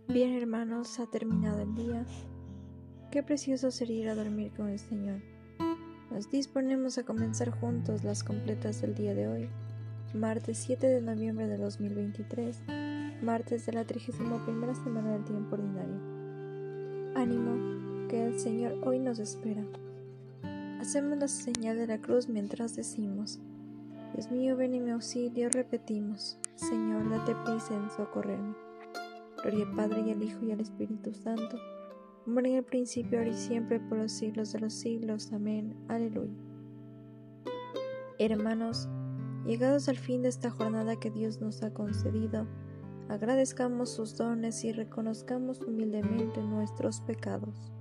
Bien, hermanos, ha terminado el día. Qué precioso sería ir a dormir con el Señor. Nos disponemos a comenzar juntos las completas del día de hoy, martes 7 de noviembre de 2023, martes de la 31ª semana del tiempo ordinario. Ánimo, que el Señor hoy nos espera. Hacemos la señal de la cruz mientras decimos: Dios mío, ven en mi auxilio. Repetimos: Señor, date prisa en socorrerme. Gloria al Padre, y al Hijo, y al Espíritu Santo, como era en el principio, ahora y siempre, por los siglos de los siglos. Amén. Aleluya. Hermanos, llegados al fin de esta jornada que Dios nos ha concedido, agradezcamos sus dones y reconozcamos humildemente nuestros pecados.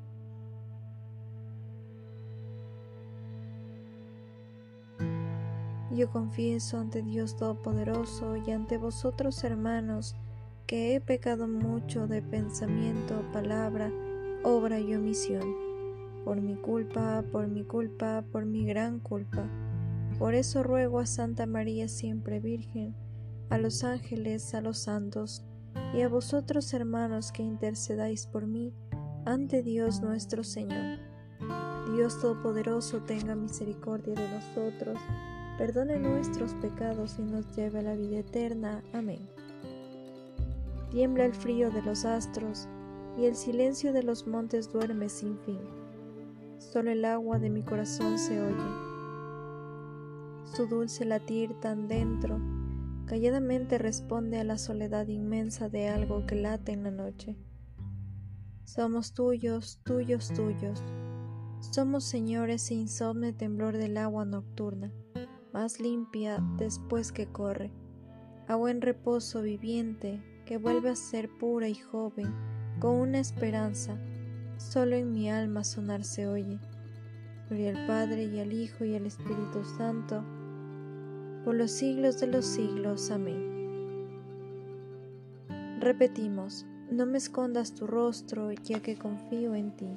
Yo confieso ante Dios Todopoderoso y ante vosotros, hermanos, que he pecado mucho de pensamiento, palabra, obra y omisión, por mi culpa, por mi gran culpa. Por eso ruego a Santa María siempre Virgen, a los ángeles, a los santos, y a vosotros, hermanos, que intercedáis por mí ante Dios nuestro Señor. Dios Todopoderoso tenga misericordia de nosotros, perdone nuestros pecados y nos lleve a la vida eterna. Amén. Tiembla el frío de los astros, y el silencio de los montes duerme sin fin. Solo el agua de mi corazón se oye, su dulce latir tan dentro, calladamente responde a la soledad inmensa de algo que late en la noche. Somos tuyos, tuyos, tuyos. Somos señores e insomne temblor del agua nocturna, más limpia después que corre, agua en reposo viviente, que vuelve a ser pura y joven, con una esperanza, solo en mi alma sonar se oye. Gloria al Padre, y al Hijo, y al Espíritu Santo, por los siglos de los siglos. Amén. Repetimos: no me escondas tu rostro, ya que confío en ti.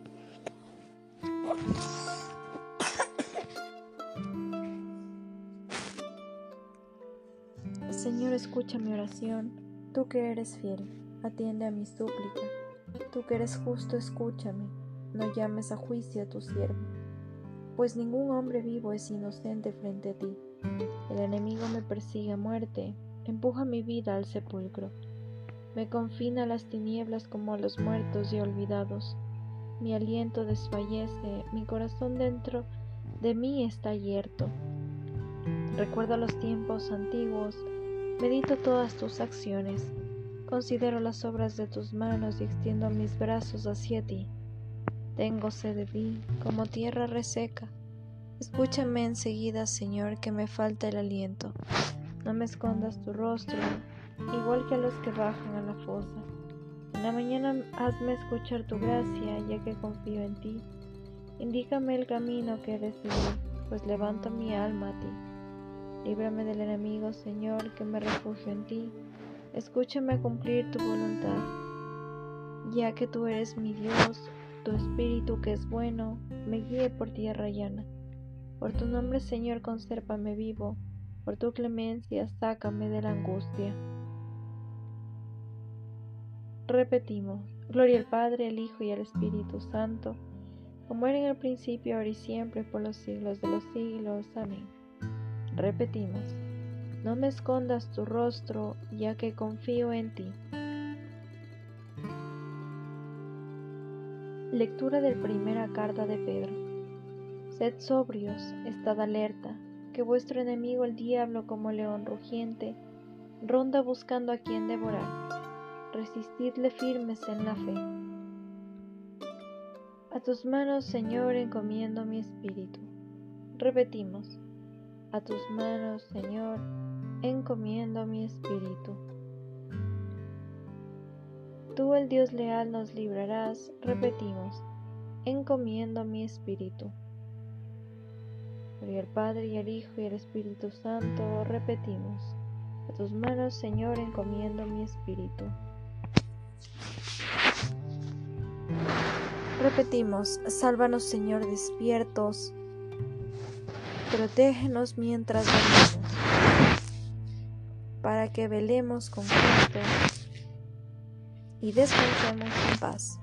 Señor, escucha mi oración. Tú que eres fiel, atiende a mi súplica. Tú que eres justo, escúchame. No llames a juicio a tu siervo, pues ningún hombre vivo es inocente frente a ti. El enemigo me persigue a muerte, empuja mi vida al sepulcro. Me confina a las tinieblas como a los muertos y olvidados. Mi aliento desfallece, mi corazón dentro de mí está yerto. Recuerdo los tiempos antiguos, medito todas tus acciones, considero las obras de tus manos y extiendo mis brazos hacia ti. Tengo sed de ti, como tierra reseca. Escúchame enseguida, Señor, que me falta el aliento. No me escondas tu rostro, igual que a los que bajan a la fosa. En la mañana hazme escuchar tu gracia, ya que confío en ti. Indícame el camino que he de seguir, pues levanto mi alma a ti. Líbrame del enemigo, Señor, que me refugio en ti. Escúchame cumplir tu voluntad, ya que tú eres mi Dios. Tu espíritu, que es bueno, me guíe por tierra llana. Por tu nombre, Señor, consérvame vivo. Por tu clemencia, sácame de la angustia. Repetimos: gloria al Padre, al Hijo, y al Espíritu Santo, como era en el principio, ahora y siempre, por los siglos de los siglos. Amén. Repetimos: no me escondas tu rostro, ya que confío en ti. Lectura de la primera carta de Pedro. Sed sobrios, estad alerta, que vuestro enemigo el diablo, como león rugiente, ronda buscando a quien devorar. Resistidle firmes en la fe. A tus manos, Señor, encomiendo mi espíritu. Repetimos: a tus manos, Señor, encomiendo mi espíritu. Tú, el Dios leal, nos librarás. Repetimos: encomiendo mi espíritu. Gloria al Padre, y al Hijo, y al Espíritu Santo. Repetimos: a tus manos, Señor, encomiendo mi espíritu. Repetimos: sálvanos, Señor, despiertos. Protégenos mientras dormimos, para que velemos con Cristo y descansemos en paz.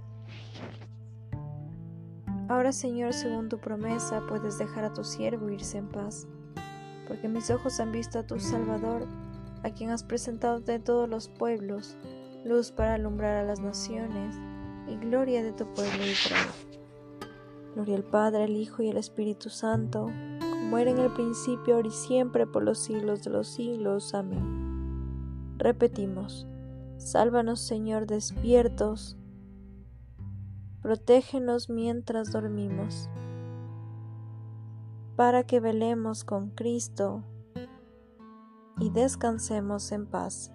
Ahora, Señor, según tu promesa, puedes dejar a tu siervo irse en paz, porque mis ojos han visto a tu Salvador, a quien has presentado de todos los pueblos, luz para alumbrar a las naciones y gloria de tu pueblo Israel. Gloria al Padre, al Hijo y al Espíritu Santo, como era en el principio, ahora y siempre, por los siglos de los siglos. Amén. Repetimos: sálvanos, Señor, despiertos, protégenos mientras dormimos, para que velemos con Cristo y descansemos en paz.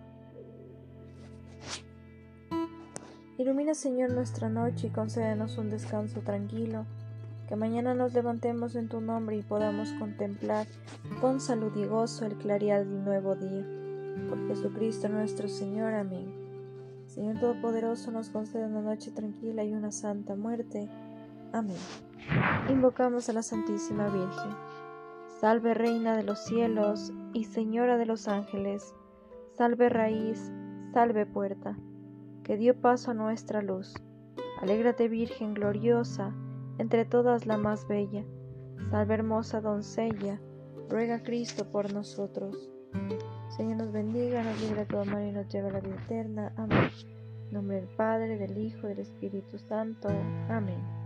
Ilumina, Señor, nuestra noche y concédenos un descanso tranquilo, que mañana nos levantemos en tu nombre y podamos contemplar con salud y gozo el clarear del nuevo día. Por Jesucristo nuestro Señor. Amén. Señor Todopoderoso, nos concede una noche tranquila y una santa muerte. Amén. Invocamos a la Santísima Virgen. Salve, Reina de los cielos y Señora de los ángeles. Salve, raíz, salve, puerta, que dio paso a nuestra luz. Alégrate, Virgen gloriosa, entre todas la más bella. Salve, hermosa doncella, ruega a Cristo por nosotros. Señor nos bendiga, nos libre de todo mal y nos lleve a la vida eterna. Amén. En nombre del Padre, del Hijo y del Espíritu Santo. Amén.